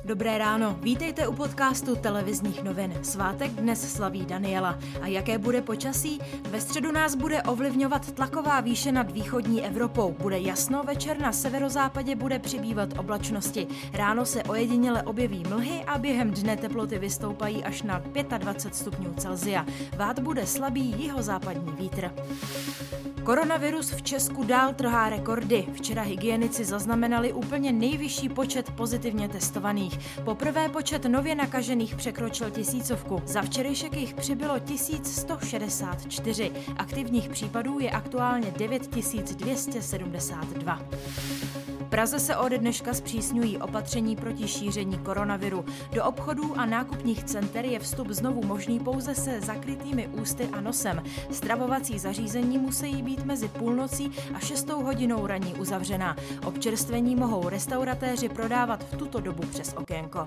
Dobré ráno, vítejte u podcastu televizních novin. Svátek dnes slaví Daniela. A jaké bude počasí? Ve středu nás bude ovlivňovat tlaková výše nad východní Evropou. Bude jasno, večer na severozápadě bude přibývat oblačnosti. Ráno se ojediněle objeví mlhy a během dne teploty vystoupají až na 25 stupňů Celsia. Vát bude slabý jihozápadní vítr. Koronavirus v Česku dál trhá rekordy. Včera hygienici zaznamenali úplně nejvyšší počet pozitivně testovaných. Poprvé počet nově nakažených překročil 1000. Za včerejšek jich přibylo 1164. Aktivních případů je aktuálně 9272. V Praze se ode dneška zpřísňují opatření proti šíření koronaviru. Do obchodů a nákupních center je vstup znovu možný pouze se zakrytými ústy a nosem. Stravovací zařízení musí být mezi půlnocí a 6 hodinou raní uzavřená. Občerstvení mohou restauratéři prodávat v tuto dobu přes okénko.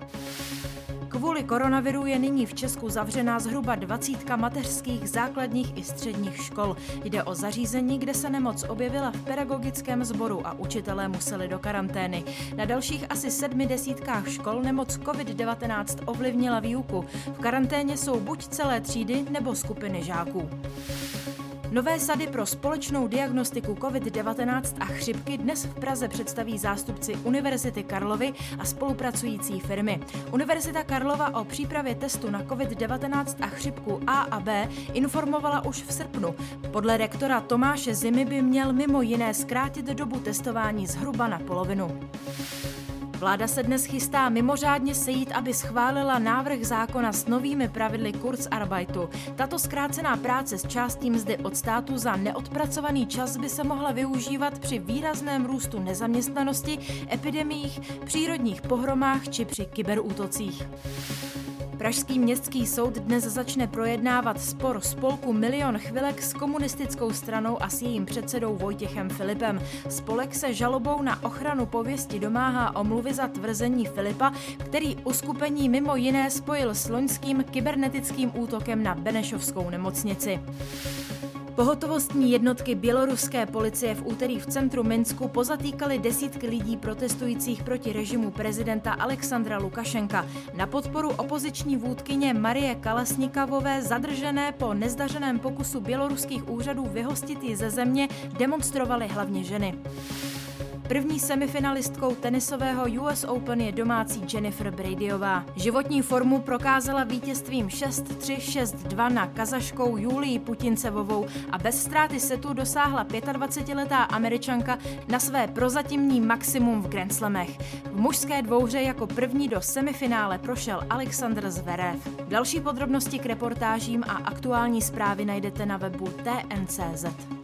Kvůli koronaviru je nyní v Česku zavřená zhruba 20 mateřských, základních i středních škol. Jde o zařízení, kde se nemoc objevila v pedagogickém sboru a učitelé museli do karantény. Na dalších asi 70 škol nemoc COVID-19 ovlivnila výuku. V karanténě jsou buď celé třídy nebo skupiny žáků. Nové sady pro společnou diagnostiku COVID-19 a chřipky dnes v Praze představí zástupci Univerzity Karlovy a spolupracující firmy. Univerzita Karlova o přípravě testu na COVID-19 a chřipku A a B informovala už v srpnu. Podle rektora Tomáše Zimy by měl mimo jiné zkrátit dobu testování zhruba na polovinu. Vláda se dnes chystá mimořádně sejít, aby schválila návrh zákona s novými pravidly Kurzarbeitu. Tato zkrácená práce s částí mzdy od státu za neodpracovaný čas by se mohla využívat při výrazném růstu nezaměstnanosti, epidemiích, přírodních pohromách či při kyberútocích. Pražský městský soud dnes začne projednávat spor spolku Milion chvilek s komunistickou stranou a s jejím předsedou Vojtěchem Filipem. Spolek se žalobou na ochranu pověsti domáhá omluvy za tvrzení Filipa, který uskupení mimo jiné spojil s loňským kybernetickým útokem na Benešovskou nemocnici. Pohotovostní jednotky běloruské policie v úterý v centru Minsku pozatýkaly desítky lidí protestujících proti režimu prezidenta Alexandra Lukašenka. Na podporu opoziční vůdkyně Marie Kalasnikavové zadržené po nezdařeném pokusu běloruských úřadů vyhostit ji ze země demonstrovaly hlavně ženy. První semifinalistkou tenisového US Open je domácí Jennifer Bradyová. Životní formu prokázala vítězstvím 6-3, 6-2 na Kazaškou Julii Putincevovou a bez ztráty setu dosáhla 25letá Američanka na své prozatímní maximum v Grand Slamech. V mužské dvouhře jako první do semifinále prošel Alexander Zverev. Další podrobnosti k reportážím a aktuální zprávy najdete na webu TN.cz.